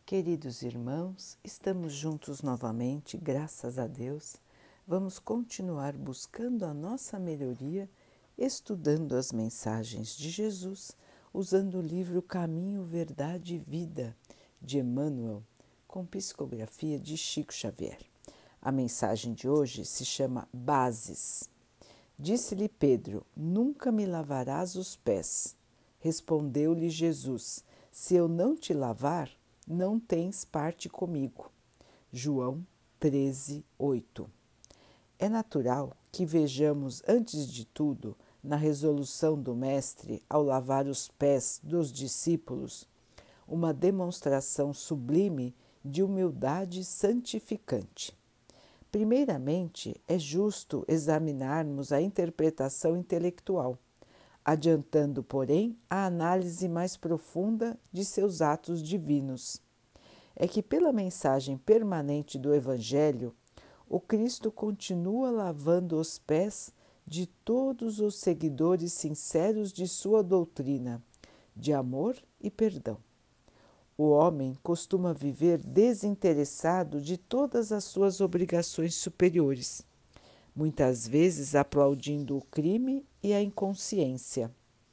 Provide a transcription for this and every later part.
Queridos irmãos, estamos juntos novamente, graças a Deus. Vamos continuar buscando a nossa melhoria, estudando as mensagens de Jesus, usando o livro Caminho, Verdade e Vida, de Emmanuel, com psicografia de Chico Xavier. A mensagem de hoje se chama Bases. Disse-lhe Pedro: Nunca me lavarás os pés. Respondeu-lhe Jesus: Se eu não te lavar, não tens parte comigo. João 13:8. É natural que vejamos, antes de tudo, na resolução do Mestre ao lavar os pés dos discípulos, uma demonstração sublime de humildade santificante. Primeiramente, é justo examinarmos a interpretação intelectual, adiantando, porém, a análise mais profunda de seus atos divinos. É que, pela mensagem permanente do Evangelho, o Cristo continua lavando os pés de todos os seguidores sinceros de sua doutrina, de amor e perdão. O homem costuma viver desinteressado de todas as suas obrigações superiores, muitas vezes aplaudindo o crime e a inconsciência.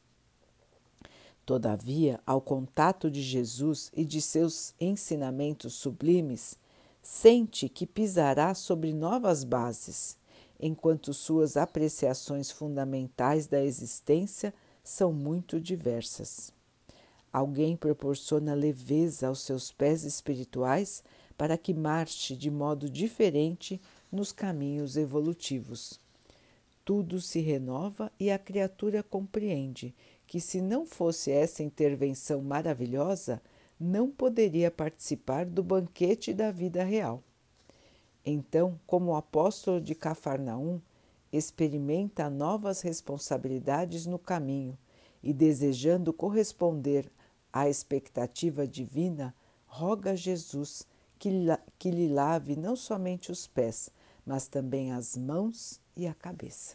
Todavia, ao contato de Jesus e de seus ensinamentos sublimes, sente que pisará sobre novas bases, enquanto suas apreciações fundamentais da existência são muito diversas. Alguém proporciona leveza aos seus pés espirituais para que marche de modo diferente nos caminhos evolutivos. Tudo se renova e a criatura compreende que, se não fosse essa intervenção maravilhosa, não poderia participar do banquete da vida real. Então, como o apóstolo de Cafarnaum, experimenta novas responsabilidades no caminho e, desejando corresponder à expectativa divina, roga a Jesus que lhe lave não somente os pés, mas também as mãos e a cabeça.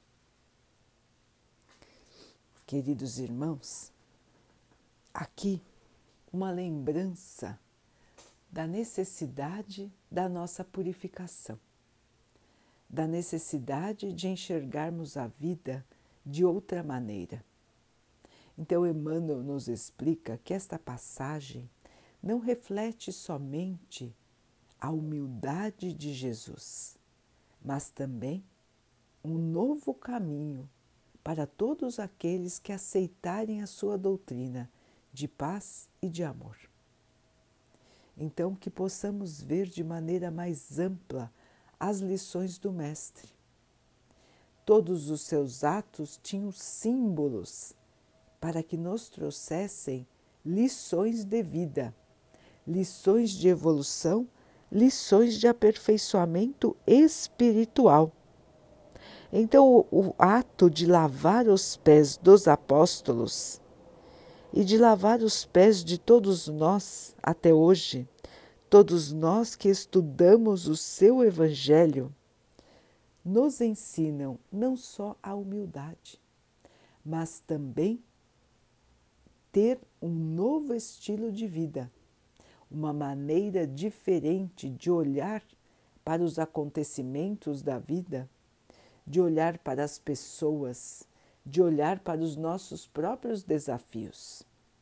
Queridos irmãos, aqui uma lembrança da necessidade da nossa purificação, da necessidade de enxergarmos a vida de outra maneira. Então, Emmanuel nos explica que esta passagem não reflete somente a humildade de Jesus, mas também um novo caminho para todos aqueles que aceitarem a sua doutrina de paz e de amor. Então, que possamos ver de maneira mais ampla as lições do Mestre. Todos os seus atos tinham símbolos para que nos trouxessem lições de vida, lições de evolução, lições de aperfeiçoamento espiritual. Então, o ato de lavar os pés dos apóstolos e de lavar os pés de todos nós até hoje, todos nós que estudamos o seu Evangelho, nos ensinam não só a humildade, mas também ter um novo estilo de vida, uma maneira diferente de olhar para os acontecimentos da vida, de olhar para as pessoas, de olhar para os nossos próprios desafios.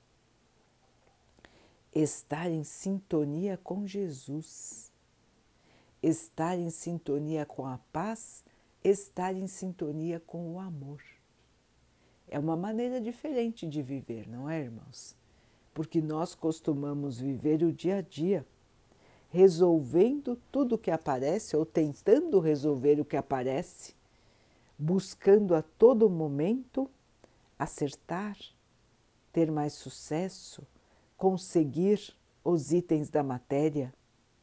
Estar em sintonia com Jesus, estar em sintonia com a paz, estar em sintonia com o amor. É uma maneira diferente de viver, não é, irmãos? Porque nós costumamos viver o dia a dia, resolvendo tudo o que aparece ou tentando resolver o que aparece, buscando a todo momento acertar, ter mais sucesso, conseguir os itens da matéria.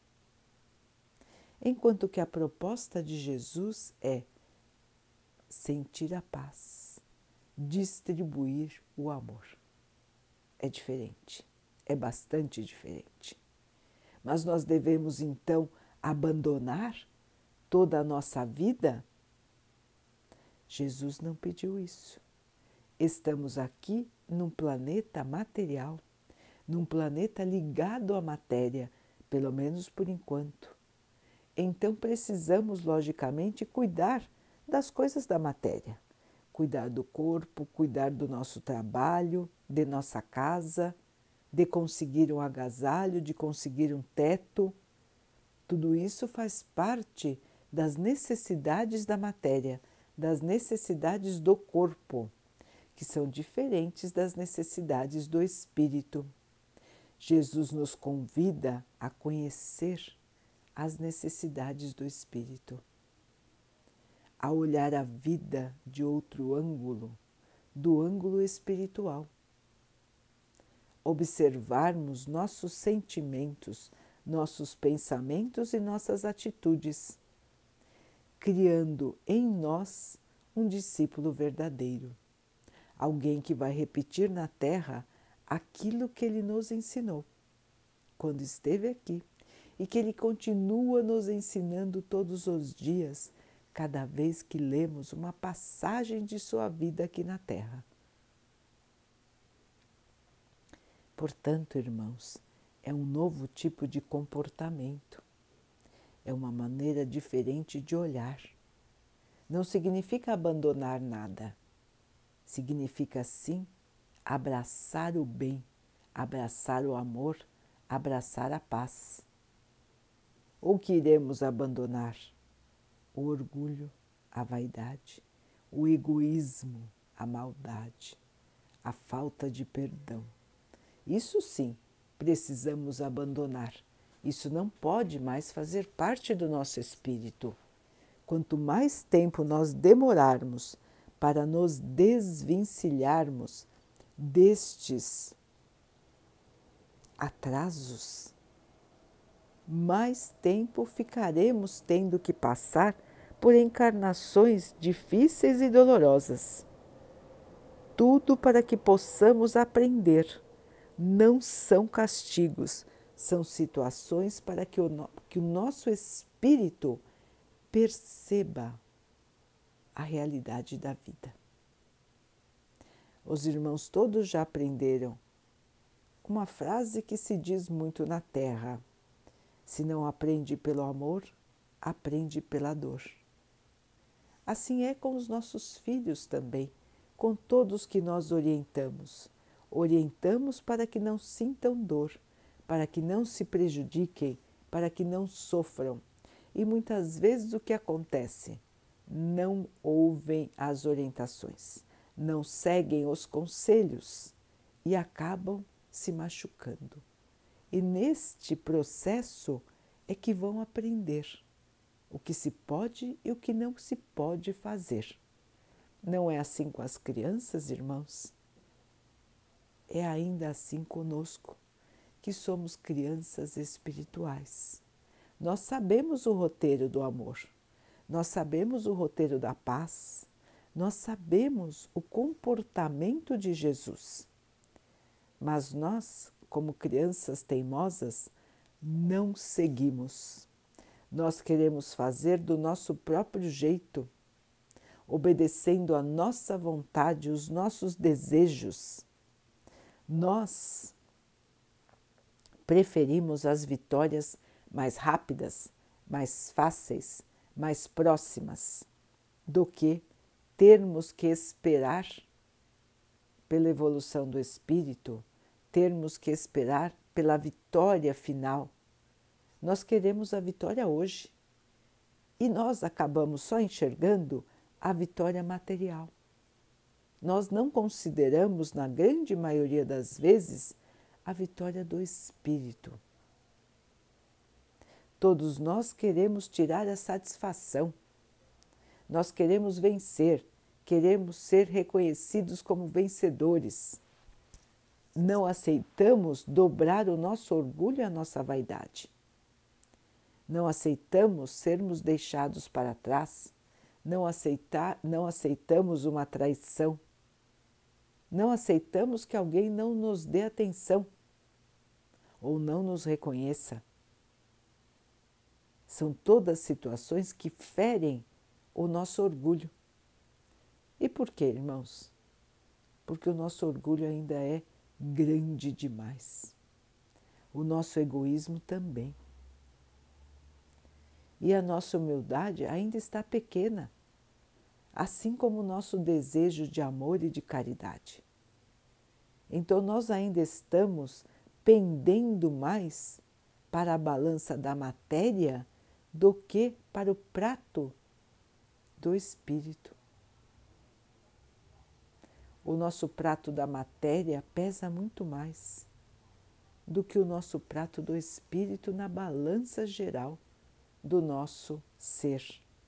Enquanto que a proposta de Jesus é sentir a paz, distribuir o amor. É diferente, é bastante diferente. Mas nós devemos então abandonar toda a nossa vida? Jesus não pediu isso. Estamos aqui num planeta material, num planeta ligado à matéria, pelo menos por enquanto. Então precisamos, logicamente, cuidar das coisas da matéria. Cuidar do corpo, cuidar do nosso trabalho, de nossa casa, de conseguir um agasalho, de conseguir um teto. Tudo isso faz parte das necessidades da matéria, das necessidades do corpo, que são diferentes das necessidades do espírito. Jesus nos convida a conhecer as necessidades do espírito, a olhar a vida de outro ângulo, do ângulo espiritual. Observarmos nossos sentimentos, nossos pensamentos e nossas atitudes, criando em nós um discípulo verdadeiro, alguém que vai repetir na Terra aquilo que ele nos ensinou quando esteve aqui e que ele continua nos ensinando todos os dias, cada vez que lemos uma passagem de sua vida aqui na Terra. Portanto, irmãos, é um novo tipo de comportamento, é uma maneira diferente de olhar. Não significa abandonar nada, significa sim abraçar o bem, abraçar o amor, abraçar a paz. Ou que iremos abandonar o orgulho, a vaidade, o egoísmo, a maldade, a falta de perdão. Isso sim, precisamos abandonar. Isso não pode mais fazer parte do nosso espírito. Quanto mais tempo nós demorarmos para nos desvencilharmos destes atrasos, mais tempo ficaremos tendo que passar por encarnações difíceis e dolorosas. Tudo para que possamos aprender. Não são castigos, são situações para que o nosso espírito perceba a realidade da vida. Os irmãos todos já aprenderam uma frase que se diz muito na Terra: se não aprende pelo amor, aprende pela dor. Assim é com os nossos filhos também, com todos que nós orientamos. Orientamos para que não sintam dor, para que não se prejudiquem, para que não sofram. E muitas vezes o que acontece? Não ouvem as orientações, não seguem os conselhos e acabam se machucando. E neste processo é que vão aprender o que se pode e o que não se pode fazer. Não é assim com as crianças, irmãos? É ainda assim conosco, que somos crianças espirituais. Nós sabemos o roteiro do amor, nós sabemos o roteiro da paz, nós sabemos o comportamento de Jesus. Mas nós, como crianças teimosas, não seguimos. Nós queremos fazer do nosso próprio jeito, obedecendo a nossa vontade, os nossos desejos. Nós preferimos as vitórias mais rápidas, mais fáceis, mais próximas, do que termos que esperar pela evolução do espírito, termos que esperar pela vitória final. Nós queremos a vitória hoje e nós acabamos só enxergando a vitória material. Nós não consideramos, na grande maioria das vezes, a vitória do espírito. Todos nós queremos tirar a satisfação, nós queremos vencer, queremos ser reconhecidos como vencedores. Não aceitamos dobrar o nosso orgulho e a nossa vaidade. Não aceitamos sermos deixados para trás, não aceitamos uma traição, não aceitamos que alguém não nos dê atenção ou não nos reconheça. São todas situações que ferem o nosso orgulho. E por quê, irmãos? Porque o nosso orgulho ainda é grande demais. o nosso egoísmo também. E a nossa humildade ainda está pequena, assim como o nosso desejo de amor e de caridade. Então nós ainda estamos pendendo mais para a balança da matéria do que para o prato do espírito. O nosso prato da matéria pesa muito mais do que o nosso prato do espírito na balança geral do nosso ser.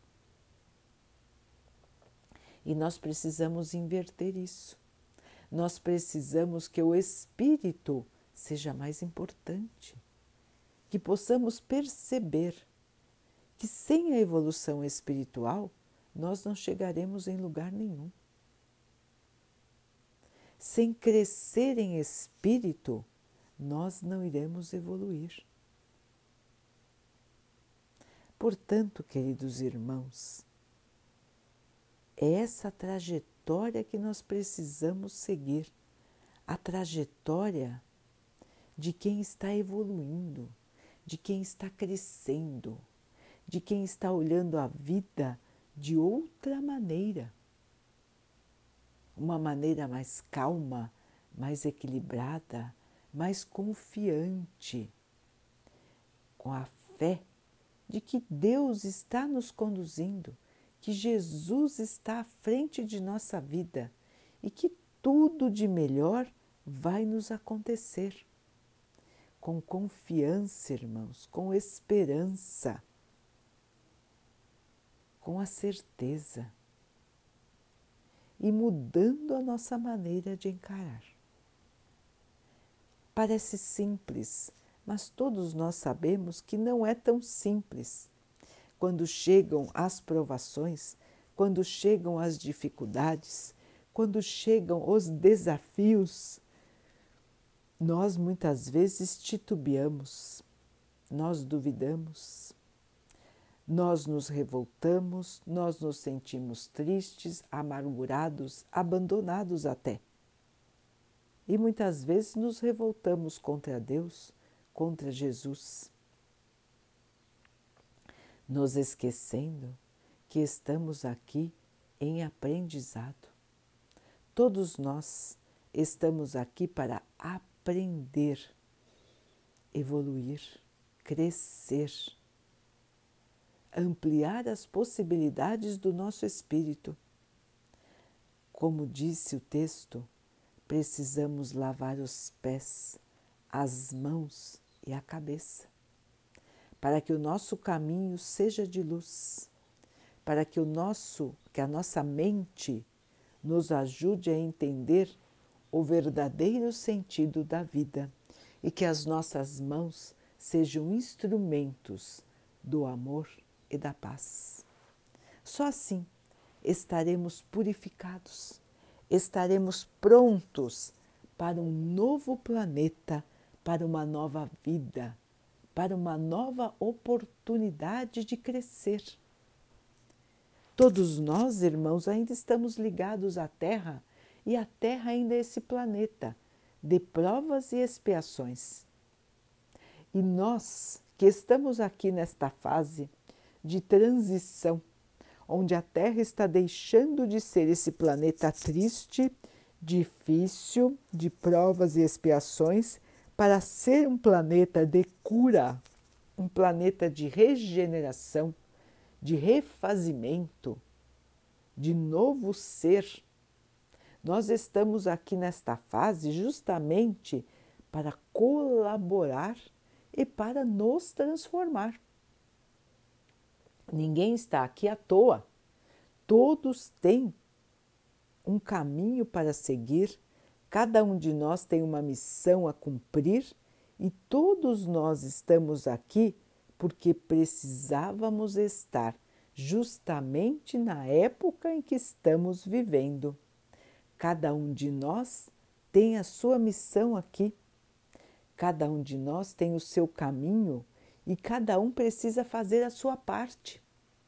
E nós precisamos inverter isso. Nós precisamos que o espírito seja mais importante, que possamos perceber que sem a evolução espiritual nós não chegaremos em lugar nenhum. Sem crescer em espírito, nós não iremos evoluir. Portanto, queridos irmãos, é essa trajetória que nós precisamos seguir, a trajetória de quem está evoluindo, de quem está crescendo, de quem está olhando a vida de outra maneira. Uma maneira mais calma, mais equilibrada, mais confiante, com a fé de que Deus está nos conduzindo, que Jesus está à frente de nossa vida e que tudo de melhor vai nos acontecer. Com confiança, irmãos, com esperança, com a certeza e mudando a nossa maneira de encarar. Parece simples, mas todos nós sabemos que não é tão simples. Quando chegam as provações, quando chegam as dificuldades, quando chegam os desafios, nós muitas vezes titubeamos, nós duvidamos, nós nos revoltamos, nós nos sentimos tristes, amargurados, abandonados até. E muitas vezes nos revoltamos contra Deus, contra Jesus, nos esquecendo que estamos aqui em aprendizado. Todos nós estamos aqui para aprender, evoluir, crescer, ampliar as possibilidades do nosso espírito. Como disse o texto, precisamos lavar os pés, as mãos e a cabeça, para que o nosso caminho seja de luz, para que a nossa mente nos ajude a entender o verdadeiro sentido da vida e que as nossas mãos sejam instrumentos do amor e da paz. Só assim estaremos purificados, estaremos prontos para um novo planeta, para uma nova vida, para uma nova oportunidade de crescer. Todos nós, irmãos, ainda estamos ligados à Terra e a Terra ainda é esse planeta de provas e expiações. E nós que estamos aqui nesta fase de transição, onde a Terra está deixando de ser esse planeta triste, difícil, de provas e expiações, para ser um planeta de cura, um planeta de regeneração, de refazimento, de novo ser. Nós estamos aqui nesta fase justamente para colaborar e para nos transformar. Ninguém está aqui à toa. Todos têm um caminho para seguir, cada um de nós tem uma missão a cumprir e todos nós estamos aqui porque precisávamos estar justamente na época em que estamos vivendo. Cada um de nós tem a sua missão aqui, cada um de nós tem o seu caminho e cada um precisa fazer a sua parte.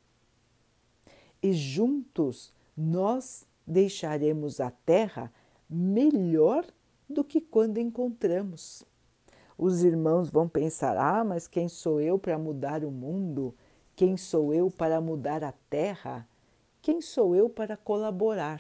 E juntos nós deixaremos a Terra melhor do que quando encontramos. Os irmãos vão pensar: ah, mas quem sou eu para mudar o mundo? Quem sou eu para mudar a terra? Quem sou eu para colaborar?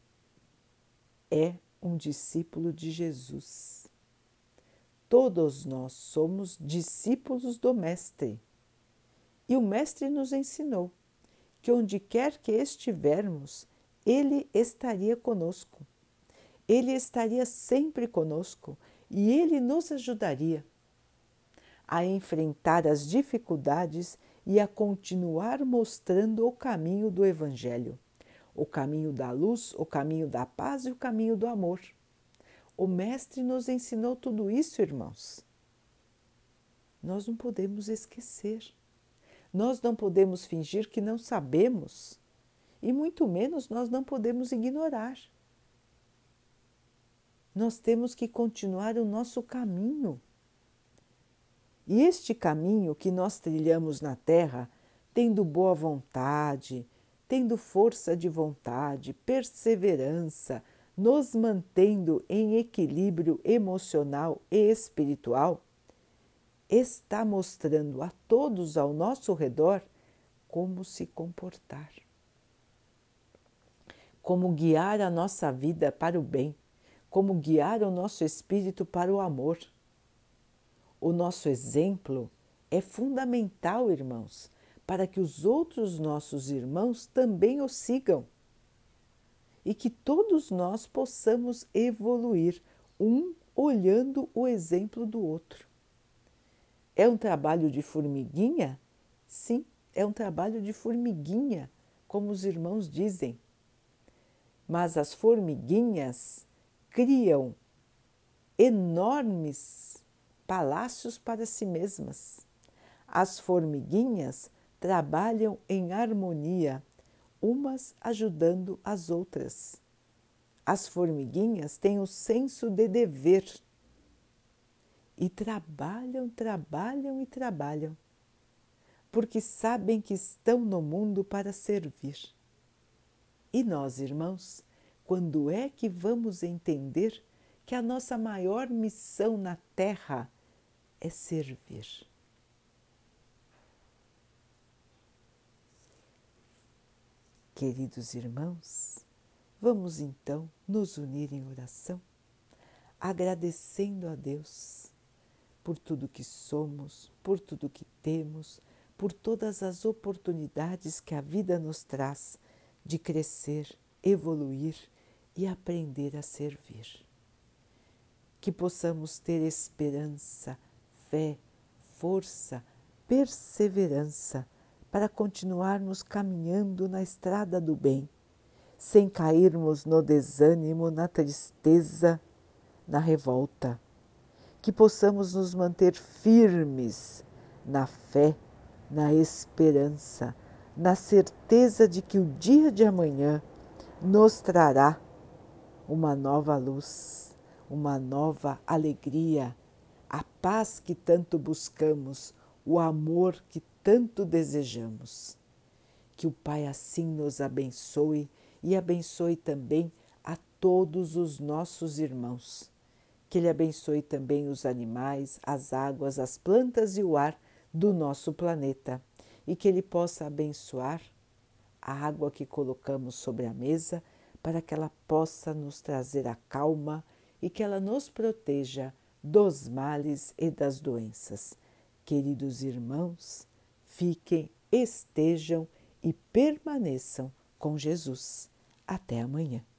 É um discípulo de Jesus. Todos nós somos discípulos do Mestre. E o Mestre nos ensinou que onde quer que estivermos, Ele estaria conosco. Ele estaria sempre conosco e Ele nos ajudaria a enfrentar as dificuldades e a continuar mostrando o caminho do Evangelho, o caminho da luz, o caminho da paz e o caminho do amor. O Mestre nos ensinou tudo isso, irmãos. Nós não podemos esquecer. Nós não podemos fingir que não sabemos e muito menos nós não podemos ignorar. Nós temos que continuar o nosso caminho. E este caminho que nós trilhamos na Terra, tendo boa vontade, tendo força de vontade, perseverança, nos mantendo em equilíbrio emocional e espiritual, está mostrando a todos ao nosso redor como se comportar, como guiar a nossa vida para o bem, como guiar o nosso espírito para o amor. O nosso exemplo é fundamental, irmãos, para que os outros nossos irmãos também o sigam e que todos nós possamos evoluir, um olhando o exemplo do outro. É um trabalho de formiguinha? Sim, é um trabalho de formiguinha, como os irmãos dizem. Mas as formiguinhas criam enormes palácios para si mesmas. As formiguinhas trabalham em harmonia, umas ajudando as outras. As formiguinhas têm o senso de dever e trabalham, porque sabem que estão no mundo para servir. E nós, irmãos, quando é que vamos entender que a nossa maior missão na Terra é servir? Queridos irmãos, vamos então nos unir em oração, agradecendo a Deus por tudo que somos, por tudo que temos, por todas as oportunidades que a vida nos traz de crescer, evoluir e aprender a servir. Que possamos ter esperança, fé, força, perseverança para continuarmos caminhando na estrada do bem, sem cairmos no desânimo, na tristeza, na revolta. Que possamos nos manter firmes na fé, na esperança, na certeza de que o dia de amanhã nos trará uma nova luz, uma nova alegria, a paz que tanto buscamos, o amor que tanto desejamos. Que o Pai assim nos abençoe e abençoe também a todos os nossos irmãos. Que Ele abençoe também os animais, as águas, as plantas e o ar do nosso planeta. E que Ele possa abençoar a água que colocamos sobre a mesa para que ela possa nos trazer a calma e que ela nos proteja dos males e das doenças. Queridos irmãos, fiquem, estejam e permaneçam com Jesus. Até amanhã.